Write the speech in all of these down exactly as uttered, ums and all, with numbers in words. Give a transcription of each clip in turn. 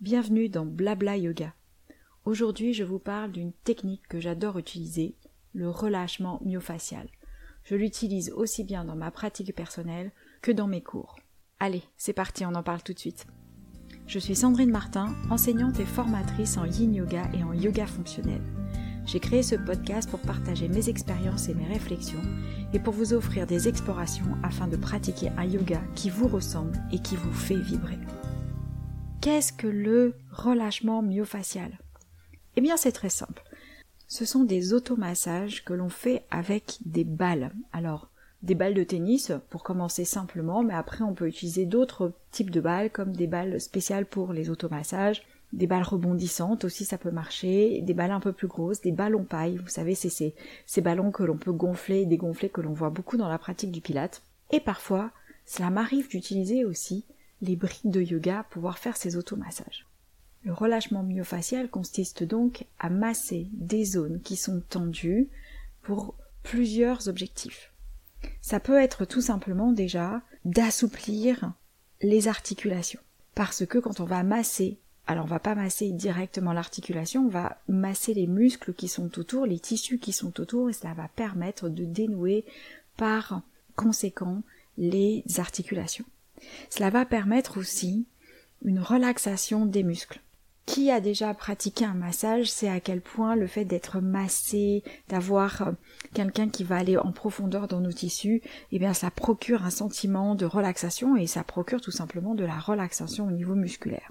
Bienvenue dans Blabla Yoga. Aujourd'hui, je vous parle d'une technique que j'adore utiliser, le relâchement myofacial. Je l'utilise aussi bien dans ma pratique personnelle que dans mes cours. Allez, c'est parti, on en parle tout de suite. Je suis Sandrine Martin, enseignante et formatrice en Yin Yoga et en yoga fonctionnel. J'ai créé ce podcast pour partager mes expériences et mes réflexions et pour vous offrir des explorations afin de pratiquer un yoga qui vous ressemble et qui vous fait vibrer. Qu'est-ce que le relâchement myofacial ? Eh bien, c'est très simple. Ce sont des automassages que l'on fait avec des balles. Alors, des balles de tennis pour commencer simplement, mais après on peut utiliser d'autres types de balles comme des balles spéciales pour les automassages, des balles rebondissantes aussi ça peut marcher, des balles un peu plus grosses, des ballons paille, vous savez c'est ces, ces ballons que l'on peut gonfler et dégonfler que l'on voit beaucoup dans la pratique du pilate. Et parfois, cela m'arrive d'utiliser aussi les briques de yoga pour pouvoir faire ces automassages. Le relâchement myofacial consiste donc à masser des zones qui sont tendues pour plusieurs objectifs. Ça peut être tout simplement déjà d'assouplir les articulations. Parce que quand on va masser, alors on va pas masser directement l'articulation, on va masser les muscles qui sont autour, les tissus qui sont autour, et cela va permettre de dénouer par conséquent les articulations. Cela va permettre aussi une relaxation des muscles. Qui a déjà pratiqué un massage sait à quel point le fait d'être massé, d'avoir quelqu'un qui va aller en profondeur dans nos tissus, eh bien ça procure un sentiment de relaxation et ça procure tout simplement de la relaxation au niveau musculaire.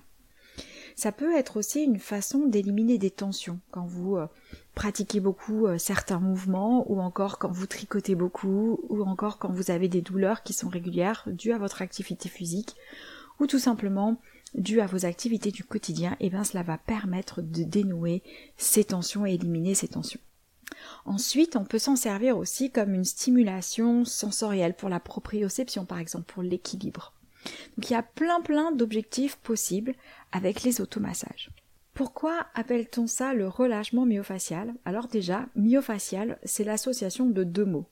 Ça peut être aussi une façon d'éliminer des tensions quand vous euh, pratiquez beaucoup euh, certains mouvements ou encore quand vous tricotez beaucoup ou encore quand vous avez des douleurs qui sont régulières dues à votre activité physique ou tout simplement dû à vos activités du quotidien, et bien cela va permettre de dénouer ces tensions et éliminer ces tensions. Ensuite, on peut s'en servir aussi comme une stimulation sensorielle pour la proprioception, par exemple pour l'équilibre. Donc il y a plein plein d'objectifs possibles avec les automassages. Pourquoi appelle-t-on ça le relâchement myofacial ? Alors déjà, myofacial, c'est l'association de deux mots.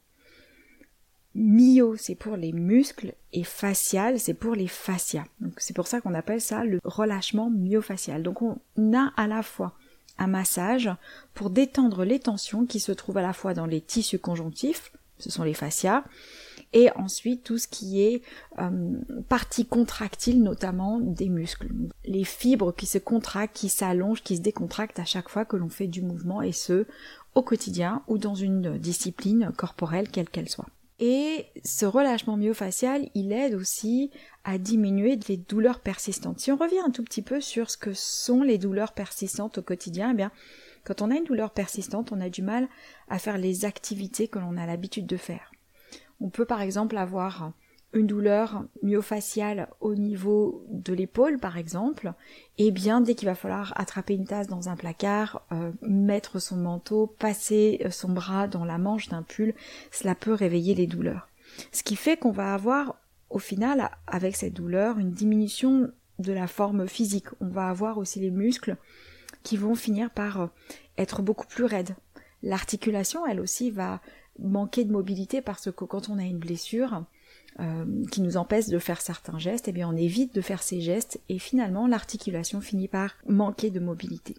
Myo, c'est pour les muscles et facial, c'est pour les fascias. Donc c'est pour ça qu'on appelle ça le relâchement myofacial. Donc on a à la fois un massage pour détendre les tensions qui se trouvent à la fois dans les tissus conjonctifs, ce sont les fascias, et ensuite tout ce qui est euh, partie contractile, notamment des muscles. Les fibres qui se contractent, qui s'allongent, qui se décontractent à chaque fois que l'on fait du mouvement, et ce, au quotidien ou dans une discipline corporelle quelle qu'elle soit. Et ce relâchement myofacial, il aide aussi à diminuer les douleurs persistantes. Si on revient un tout petit peu sur ce que sont les douleurs persistantes au quotidien, eh bien, quand on a une douleur persistante, on a du mal à faire les activités que l'on a l'habitude de faire. On peut par exemple avoir une douleur myofaciale au niveau de l'épaule par exemple, et bien dès qu'il va falloir attraper une tasse dans un placard, euh, mettre son manteau, passer son bras dans la manche d'un pull, cela peut réveiller les douleurs. Ce qui fait qu'on va avoir au final avec cette douleur une diminution de la forme physique. On va avoir aussi les muscles qui vont finir par être beaucoup plus raides. L'articulation elle aussi va manquer de mobilité parce que quand on a une blessure, Euh, qui nous empêche de faire certains gestes, et eh bien on évite de faire ces gestes et finalement l'articulation finit par manquer de mobilité.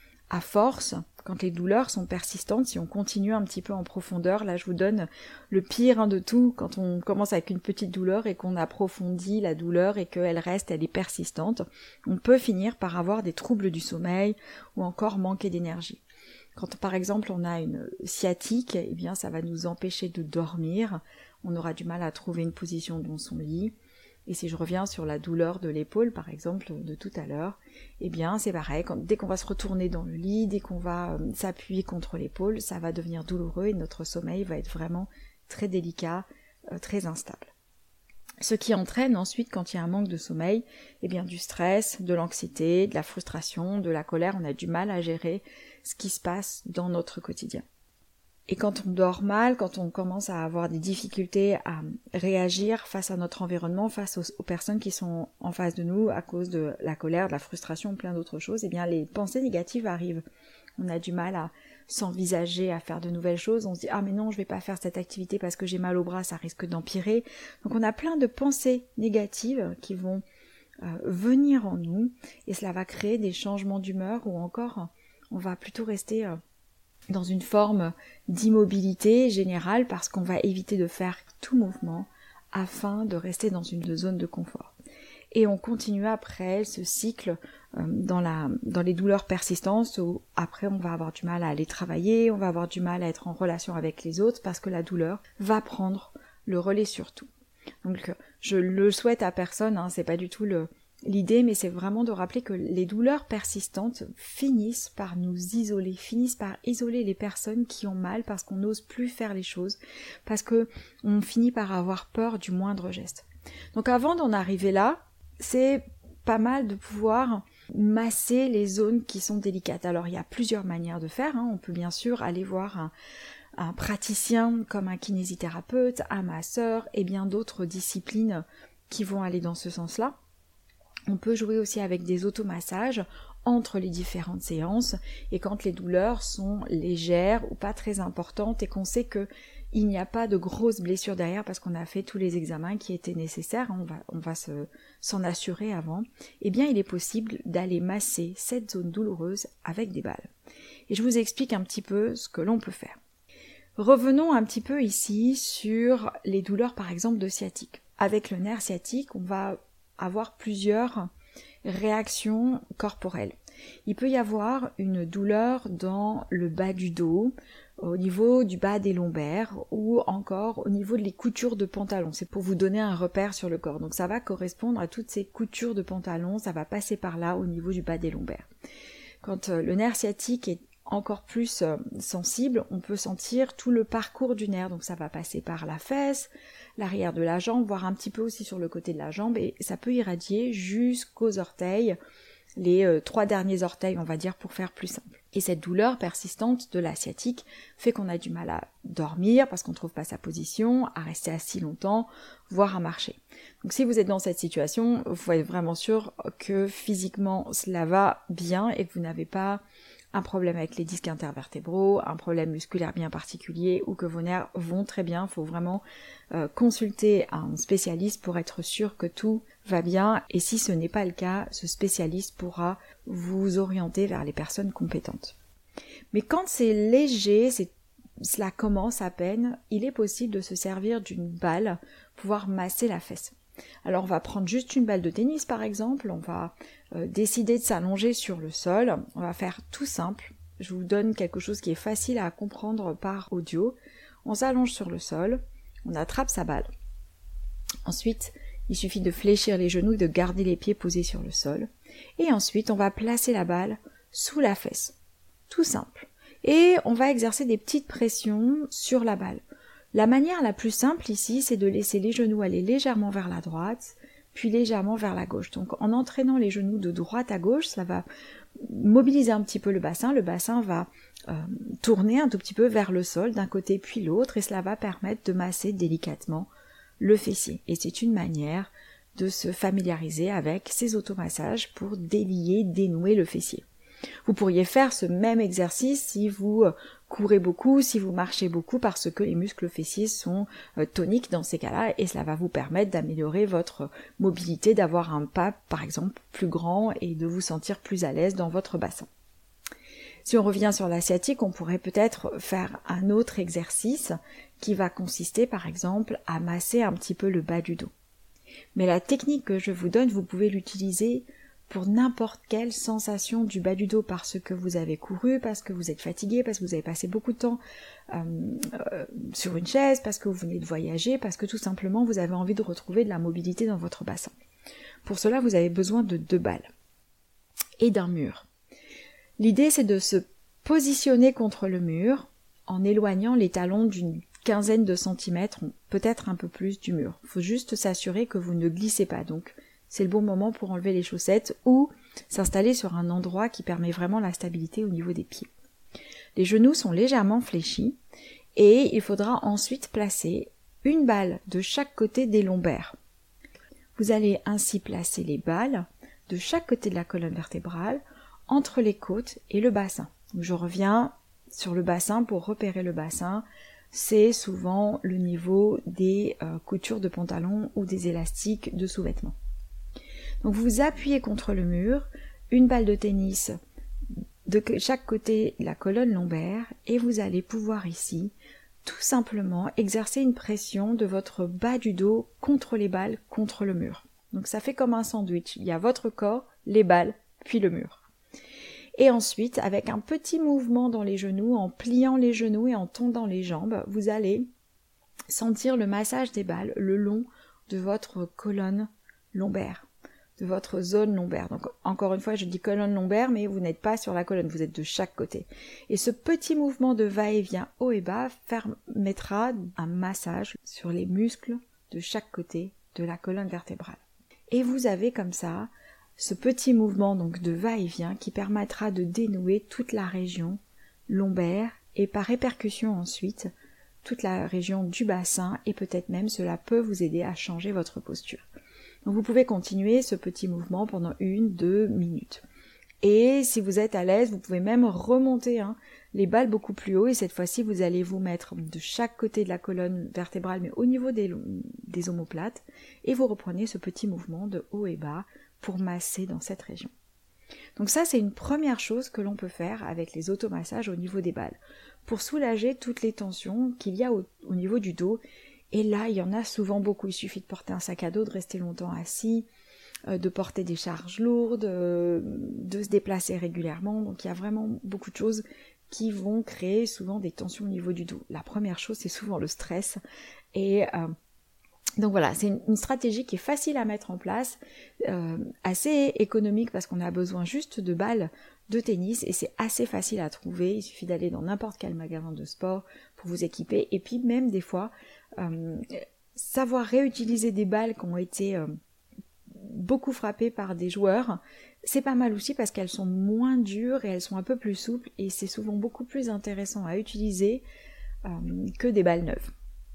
À force, quand les douleurs sont persistantes, si on continue un petit peu en profondeur, là je vous donne le pire hein, de tout, quand on commence avec une petite douleur et qu'on approfondit la douleur et qu'elle reste, elle est persistante, on peut finir par avoir des troubles du sommeil ou encore manquer d'énergie. Quand par exemple on a une sciatique, eh bien ça va nous empêcher de dormir, on aura du mal à trouver une position dans son lit. Et si je reviens sur la douleur de l'épaule par exemple de tout à l'heure, eh bien c'est pareil, quand, dès qu'on va se retourner dans le lit, dès qu'on va euh, s'appuyer contre l'épaule, ça va devenir douloureux et notre sommeil va être vraiment très délicat, euh, très instable. Ce qui entraîne ensuite, quand il y a un manque de sommeil, eh bien du stress, de l'anxiété, de la frustration, de la colère, on a du mal à gérer ce qui se passe dans notre quotidien. Et quand on dort mal, quand on commence à avoir des difficultés à réagir face à notre environnement, face aux, aux personnes qui sont en face de nous à cause de la colère, de la frustration, plein d'autres choses, eh bien les pensées négatives arrivent. On a du mal à s'envisager, à faire de nouvelles choses. On se dit « Ah mais non, je vais pas faire cette activité parce que j'ai mal au bras, ça risque d'empirer. » Donc on a plein de pensées négatives qui vont euh, venir en nous et cela va créer des changements d'humeur ou encore on va plutôt rester euh, dans une forme d'immobilité générale parce qu'on va éviter de faire tout mouvement afin de rester dans une zone de confort. Et on continue après ce cycle euh, dans, la, dans les douleurs persistantes où après on va avoir du mal à aller travailler, on va avoir du mal à être en relation avec les autres parce que la douleur va prendre le relais sur tout. Donc je le souhaite à personne, hein, c'est pas du tout le, l'idée, mais c'est vraiment de rappeler que les douleurs persistantes finissent par nous isoler, finissent par isoler les personnes qui ont mal parce qu'on n'ose plus faire les choses, parce que on finit par avoir peur du moindre geste. Donc avant d'en arriver là, c'est pas mal de pouvoir masser les zones qui sont délicates. Alors il y a plusieurs manières de faire, hein. On peut bien sûr aller voir un, un praticien comme un kinésithérapeute, un masseur et bien d'autres disciplines qui vont aller dans ce sens-là. On peut jouer aussi avec des automassages entre les différentes séances et quand les douleurs sont légères ou pas très importantes et qu'on sait que il n'y a pas de grosses blessures derrière parce qu'on a fait tous les examens qui étaient nécessaires, on va, on va se, s'en assurer avant, eh bien il est possible d'aller masser cette zone douloureuse avec des balles. Et je vous explique un petit peu ce que l'on peut faire. Revenons un petit peu ici sur les douleurs par exemple de sciatique. Avec le nerf sciatique, on va avoir plusieurs réactions corporelles. Il peut y avoir une douleur dans le bas du dos, au niveau du bas des lombaires ou encore au niveau des coutures de pantalon. C'est pour vous donner un repère sur le corps. Donc ça va correspondre à toutes ces coutures de pantalon, ça va passer par là au niveau du bas des lombaires. Quand euh, le nerf sciatique est encore plus euh, sensible, on peut sentir tout le parcours du nerf. Donc ça va passer par la fesse, l'arrière de la jambe, voire un petit peu aussi sur le côté de la jambe et ça peut irradier jusqu'aux orteils, les euh, trois derniers orteils on va dire pour faire plus simple. Et cette douleur persistante de la sciatique fait qu'on a du mal à dormir parce qu'on ne trouve pas sa position, à rester assis longtemps, voire à marcher. Donc si vous êtes dans cette situation, vous faut être vraiment sûr que physiquement cela va bien et que vous n'avez pas un problème avec les disques intervertébraux, un problème musculaire bien particulier ou que vos nerfs vont très bien. Il faut vraiment euh, consulter un spécialiste pour être sûr que tout va bien et si ce n'est pas le cas, ce spécialiste pourra vous orienter vers les personnes compétentes. Mais quand c'est léger, c'est, cela commence à peine, il est possible de se servir d'une balle pour pouvoir masser la fesse. Alors on va prendre juste une balle de tennis par exemple, on va euh, décider de s'allonger sur le sol, on va faire tout simple, je vous donne quelque chose qui est facile à comprendre par audio, on s'allonge sur le sol, on attrape sa balle, ensuite il suffit de fléchir les genoux et de garder les pieds posés sur le sol, et ensuite on va placer la balle sous la fesse, tout simple, et on va exercer des petites pressions sur la balle. La manière la plus simple ici, c'est de laisser les genoux aller légèrement vers la droite, puis légèrement vers la gauche. Donc en entraînant les genoux de droite à gauche, ça va mobiliser un petit peu le bassin. Le bassin va euh, tourner un tout petit peu vers le sol d'un côté puis l'autre et cela va permettre de masser délicatement le fessier. Et c'est une manière de se familiariser avec ces automassages pour délier, dénouer le fessier. Vous pourriez faire ce même exercice si vous courez beaucoup, si vous marchez beaucoup parce que les muscles fessiers sont toniques dans ces cas-là et cela va vous permettre d'améliorer votre mobilité, d'avoir un pas par exemple plus grand et de vous sentir plus à l'aise dans votre bassin. Si on revient sur la sciatique, on pourrait peut-être faire un autre exercice qui va consister par exemple à masser un petit peu le bas du dos. Mais la technique que je vous donne, vous pouvez l'utiliser pour n'importe quelle sensation du bas du dos parce que vous avez couru, parce que vous êtes fatigué, parce que vous avez passé beaucoup de temps euh, euh, sur une chaise, parce que vous venez de voyager, parce que tout simplement vous avez envie de retrouver de la mobilité dans votre bassin. Pour cela, vous avez besoin de deux balles et d'un mur. L'idée, c'est de se positionner contre le mur en éloignant les talons d'une quinzaine de centimètres, peut-être un peu plus du mur. Il faut juste s'assurer que vous ne glissez pas, donc c'est le bon moment pour enlever les chaussettes ou s'installer sur un endroit qui permet vraiment la stabilité au niveau des pieds. Les genoux sont légèrement fléchis et il faudra ensuite placer une balle de chaque côté des lombaires. Vous allez ainsi placer les balles de chaque côté de la colonne vertébrale entre les côtes et le bassin. Donc je reviens sur le bassin pour repérer le bassin. C'est souvent le niveau des euh, coutures de pantalon ou des élastiques de sous-vêtements. Donc vous vous appuyez contre le mur, une balle de tennis de chaque côté de la colonne lombaire et vous allez pouvoir ici tout simplement exercer une pression de votre bas du dos contre les balles, contre le mur. Donc ça fait comme un sandwich, il y a votre corps, les balles, puis le mur. Et ensuite, avec un petit mouvement dans les genoux, en pliant les genoux et en tendant les jambes, vous allez sentir le massage des balles le long de votre colonne lombaire, de votre zone lombaire. Donc encore une fois, je dis colonne lombaire, mais vous n'êtes pas sur la colonne, vous êtes de chaque côté. Et ce petit mouvement de va-et-vient haut et bas permettra un massage sur les muscles de chaque côté de la colonne vertébrale. Et vous avez comme ça ce petit mouvement donc de va-et-vient qui permettra de dénouer toute la région lombaire et par répercussion ensuite toute la région du bassin et peut-être même cela peut vous aider à changer votre posture. Donc vous pouvez continuer ce petit mouvement pendant une, deux minutes. Et si vous êtes à l'aise, vous pouvez même remonter hein, les balles beaucoup plus haut et cette fois-ci vous allez vous mettre de chaque côté de la colonne vertébrale mais au niveau des, des omoplates et vous reprenez ce petit mouvement de haut et bas pour masser dans cette région. Donc ça c'est une première chose que l'on peut faire avec les automassages au niveau des balles pour soulager toutes les tensions qu'il y a au, au niveau du dos. Et là, il y en a souvent beaucoup. Il suffit de porter un sac à dos, de rester longtemps assis, euh, de porter des charges lourdes, euh, de se déplacer régulièrement. Donc il y a vraiment beaucoup de choses qui vont créer souvent des tensions au niveau du dos. La première chose, c'est souvent le stress. Et euh, donc voilà, c'est une, une stratégie qui est facile à mettre en place, euh, assez économique parce qu'on a besoin juste de balles de tennis et c'est assez facile à trouver. Il suffit d'aller dans n'importe quel magasin de sport pour vous équiper. Et puis même des fois, Euh, savoir réutiliser des balles qui ont été euh, beaucoup frappées par des joueurs, c'est pas mal aussi parce qu'elles sont moins dures et elles sont un peu plus souples et c'est souvent beaucoup plus intéressant à utiliser euh, que des balles neuves.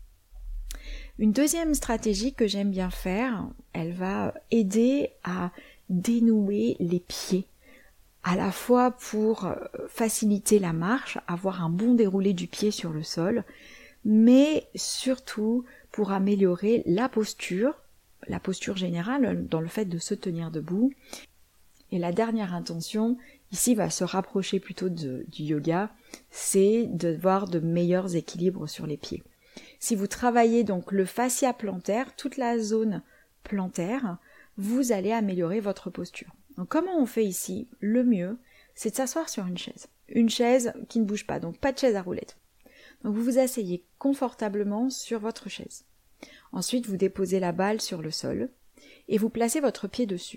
Une deuxième stratégie que j'aime bien faire, elle va aider à dénouer les pieds, à la fois pour faciliter la marche, avoir un bon déroulé du pied sur le sol, mais surtout pour améliorer la posture, la posture générale dans le fait de se tenir debout. Et la dernière intention, ici va se rapprocher plutôt de, du yoga, c'est d'avoir de meilleurs équilibres sur les pieds. Si vous travaillez donc le fascia plantaire, toute la zone plantaire, vous allez améliorer votre posture. Donc comment on fait ici? Le mieux, c'est de s'asseoir sur une chaise. Une chaise qui ne bouge pas, donc pas de chaise à roulettes. Donc vous vous asseyez confortablement sur votre chaise. Ensuite, vous déposez la balle sur le sol et vous placez votre pied dessus.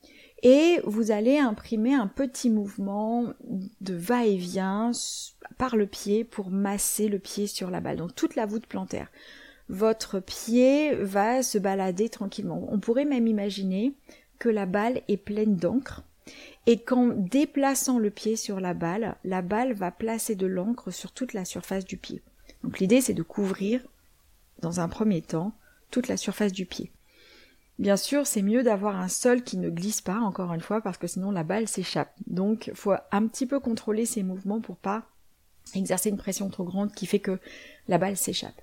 Et vous allez imprimer un petit mouvement de va-et-vient par le pied pour masser le pied sur la balle. Donc toute la voûte plantaire. Votre pied va se balader tranquillement. On pourrait même imaginer que la balle est pleine d'encre. Et qu'en déplaçant le pied sur la balle, la balle va placer de l'encre sur toute la surface du pied. Donc l'idée c'est de couvrir, dans un premier temps, toute la surface du pied. Bien sûr, c'est mieux d'avoir un sol qui ne glisse pas, encore une fois, parce que sinon la balle s'échappe. Donc il faut un petit peu contrôler ces mouvements pour pas exercer une pression trop grande qui fait que la balle s'échappe.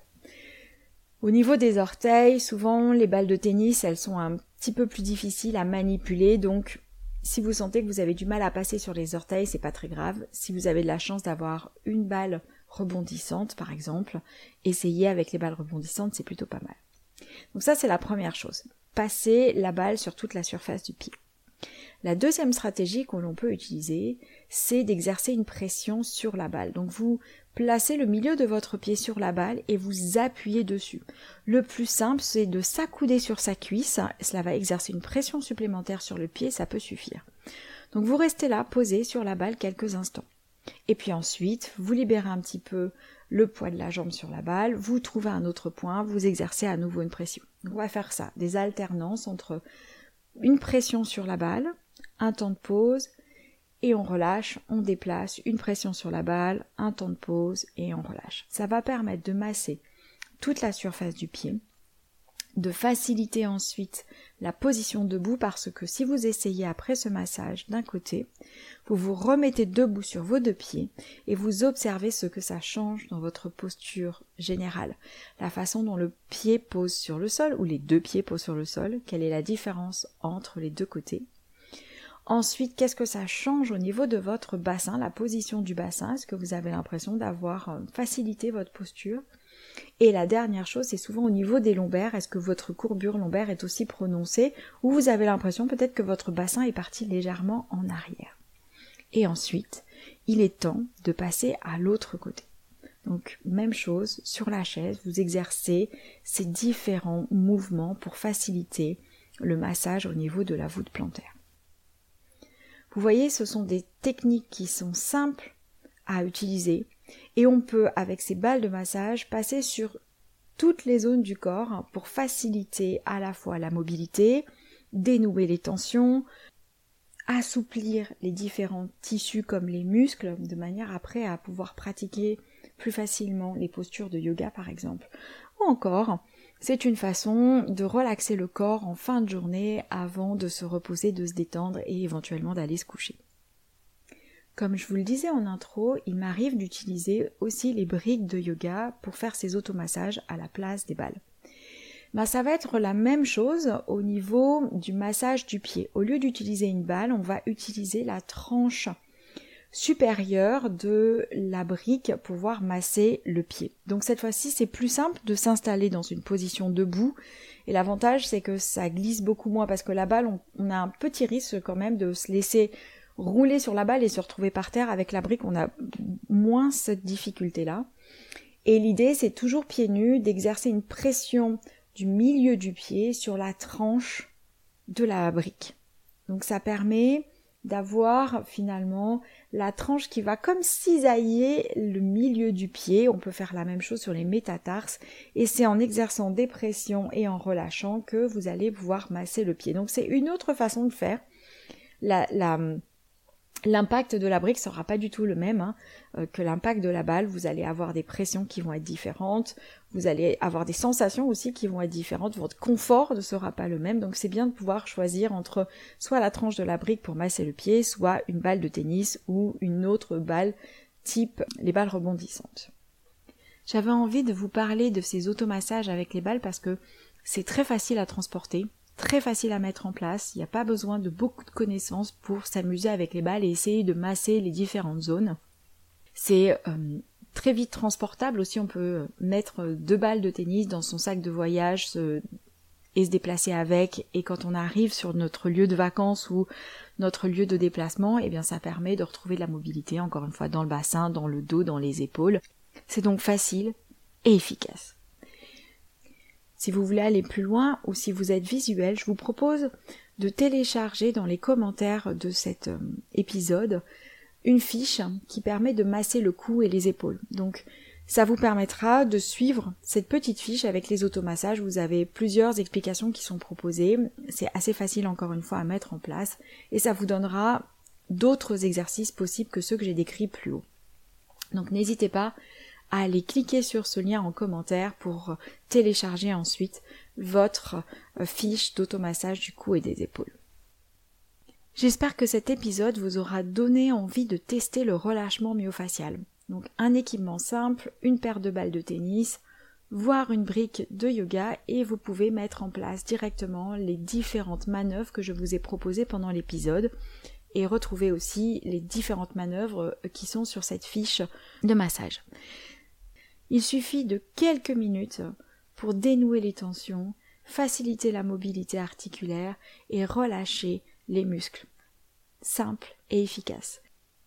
Au niveau des orteils, souvent les balles de tennis, elles sont un petit peu plus difficiles à manipuler, donc si vous sentez que vous avez du mal à passer sur les orteils, c'est pas très grave. Si vous avez de la chance d'avoir une balle rebondissante, par exemple, essayez avec les balles rebondissantes, c'est plutôt pas mal. Donc ça, c'est la première chose. Passer la balle sur toute la surface du pied. La deuxième stratégie que l'on peut utiliser, c'est d'exercer une pression sur la balle. Donc vous placez le milieu de votre pied sur la balle et vous appuyez dessus. Le plus simple, c'est de s'accouder sur sa cuisse. Cela va exercer une pression supplémentaire sur le pied, ça peut suffire. Donc vous restez là, posé sur la balle quelques instants. Et puis ensuite, vous libérez un petit peu le poids de la jambe sur la balle, vous trouvez un autre point, vous exercez à nouveau une pression. Donc on va faire ça, des alternances entre une pression sur la balle, un temps de pause, et on relâche, on déplace, une pression sur la balle, un temps de pause, et on relâche. Ça va permettre de masser toute la surface du pied, de faciliter ensuite la position debout parce que si vous essayez après ce massage d'un côté, vous vous remettez debout sur vos deux pieds et vous observez ce que ça change dans votre posture générale. La façon dont le pied pose sur le sol ou les deux pieds posent sur le sol, quelle est la différence entre les deux côtés. Ensuite, qu'est-ce que ça change au niveau de votre bassin, la position du bassin? Est-ce que vous avez l'impression d'avoir facilité votre posture? Et la dernière chose, c'est souvent au niveau des lombaires. Est-ce que votre courbure lombaire est aussi prononcée ou vous avez l'impression peut-être que votre bassin est parti légèrement en arrière? Et ensuite, il est temps de passer à l'autre côté. Donc, même chose, sur la chaise, vous exercez ces différents mouvements pour faciliter le massage au niveau de la voûte plantaire. Vous voyez, ce sont des techniques qui sont simples à utiliser et on peut, avec ces balles de massage, passer sur toutes les zones du corps pour faciliter à la fois la mobilité, dénouer les tensions, assouplir les différents tissus comme les muscles, de manière après à pouvoir pratiquer plus facilement les postures de yoga par exemple. Ou encore, c'est une façon de relaxer le corps en fin de journée avant de se reposer, de se détendre et éventuellement d'aller se coucher. Comme je vous le disais en intro, il m'arrive d'utiliser aussi les briques de yoga pour faire ces automassages à la place des balles. Ben, ça va être la même chose au niveau du massage du pied. Au lieu d'utiliser une balle, on va utiliser la tranche supérieure de la brique pour pouvoir masser le pied. Donc cette fois-ci, c'est plus simple de s'installer dans une position debout. Et l'avantage, c'est que ça glisse beaucoup moins parce que la balle, on, on a un petit risque quand même de se laisser rouler sur la balle et se retrouver par terre. Avec la brique, on a moins cette difficulté-là. Et l'idée, c'est toujours pieds nus, d'exercer une pression du milieu du pied sur la tranche de la brique. Donc ça permet d'avoir finalement la tranche qui va comme cisailler le milieu du pied. On peut faire la même chose sur les métatarses et c'est en exerçant des pressions et en relâchant que vous allez pouvoir masser le pied. Donc c'est une autre façon de faire. La, la, l'impact de la brique sera pas du tout le même hein, euh, que l'impact de la balle. Vous allez avoir des pressions qui vont être différentes, vous allez avoir des sensations aussi qui vont être différentes, votre confort ne sera pas le même, donc c'est bien de pouvoir choisir entre soit la tranche de la brique pour masser le pied, soit une balle de tennis ou une autre balle type les balles rebondissantes. J'avais envie de vous parler de ces automassages avec les balles parce que c'est très facile à transporter, très facile à mettre en place, il n'y a pas besoin de beaucoup de connaissances pour s'amuser avec les balles et essayer de masser les différentes zones. C'est euh, très vite transportable aussi, on peut mettre deux balles de tennis dans son sac de voyage se, et se déplacer avec, et quand on arrive sur notre lieu de vacances ou notre lieu de déplacement, eh bien ça permet de retrouver de la mobilité, encore une fois dans le bassin, dans le dos, dans les épaules. C'est donc facile et efficace. Si vous voulez aller plus loin ou si vous êtes visuel, je vous propose de télécharger dans les commentaires de cet euh, épisode une fiche qui permet de masser le cou et les épaules. Donc ça vous permettra de suivre cette petite fiche avec les automassages. Vous avez plusieurs explications qui sont proposées. C'est assez facile encore une fois à mettre en place et ça vous donnera d'autres exercices possibles que ceux que j'ai décrits plus haut. Donc n'hésitez pas à aller cliquer sur ce lien en commentaire pour télécharger ensuite votre fiche d'automassage du cou et des épaules. J'espère que cet épisode vous aura donné envie de tester le relâchement myofacial. Donc un équipement simple, une paire de balles de tennis, voire une brique de yoga et vous pouvez mettre en place directement les différentes manœuvres que je vous ai proposées pendant l'épisode et retrouver aussi les différentes manœuvres qui sont sur cette fiche de massage. Il suffit de quelques minutes pour dénouer les tensions, faciliter la mobilité articulaire et relâcher les muscles. Simple et efficace.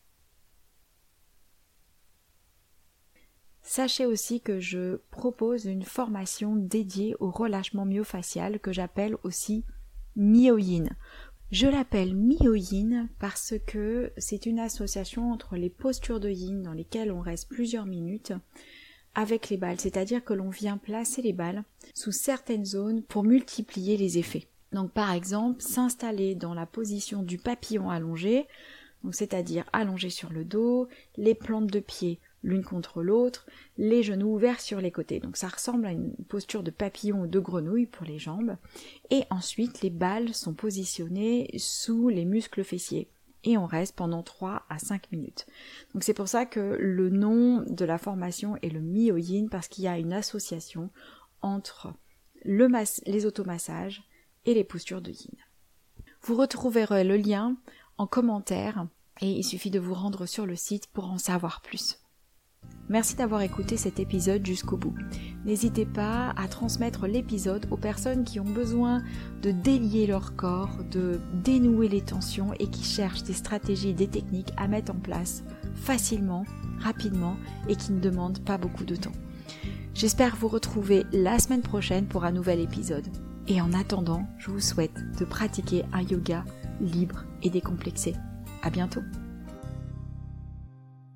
Sachez aussi que je propose une formation dédiée au relâchement myofacial que j'appelle aussi Myo-Yin. Je l'appelle Myo-Yin parce que c'est une association entre les postures de Yin dans lesquelles on reste plusieurs minutes avec les balles, c'est-à-dire que l'on vient placer les balles sous certaines zones pour multiplier les effets. Donc par exemple, s'installer dans la position du papillon allongé, donc c'est-à-dire allongé sur le dos, les plantes de pied l'une contre l'autre, les genoux ouverts sur les côtés. Donc ça ressemble à une posture de papillon ou de grenouille pour les jambes. Et ensuite, les balles sont positionnées sous les muscles fessiers. Et on reste pendant trois à cinq minutes. Donc c'est pour ça que le nom de la formation est le Myoyin, parce qu'il y a une association entre le mas- les automassages et les postures de yin. Vous retrouverez le lien en commentaire et il suffit de vous rendre sur le site pour en savoir plus. Merci d'avoir écouté cet épisode jusqu'au bout. N'hésitez pas à transmettre l'épisode aux personnes qui ont besoin de délier leur corps, de dénouer les tensions et qui cherchent des stratégies, des techniques à mettre en place facilement, rapidement et qui ne demandent pas beaucoup de temps. J'espère vous retrouver la semaine prochaine pour un nouvel épisode. Et en attendant, je vous souhaite de pratiquer un yoga libre et décomplexé. À bientôt!